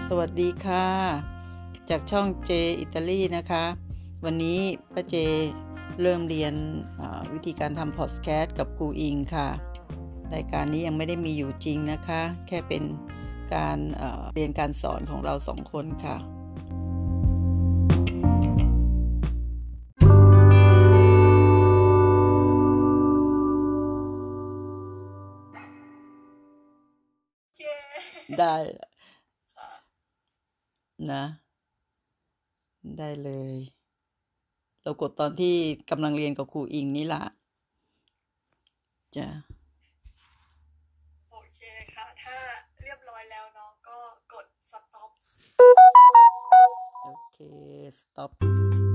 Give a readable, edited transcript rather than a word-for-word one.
สวัสดีค่ะจากช่องเจอิตาลีนะคะวันนี้ป้าเจเริ่มเรียนวิธีการทำพอดแคสต์กับครูอิงค่ะรายการนี้ยังไม่ได้มีอยู่จริงนะคะแค่เป็นการเรียนการสอนของเราสองคนค่ะได้นะได้เลยเรากดตอนที่กำลังเรียนกับครูอิงนี่ละจ้ะโอเคค่ะถ้าเรียบร้อยแล้วน้องก็กด stop โอเค stop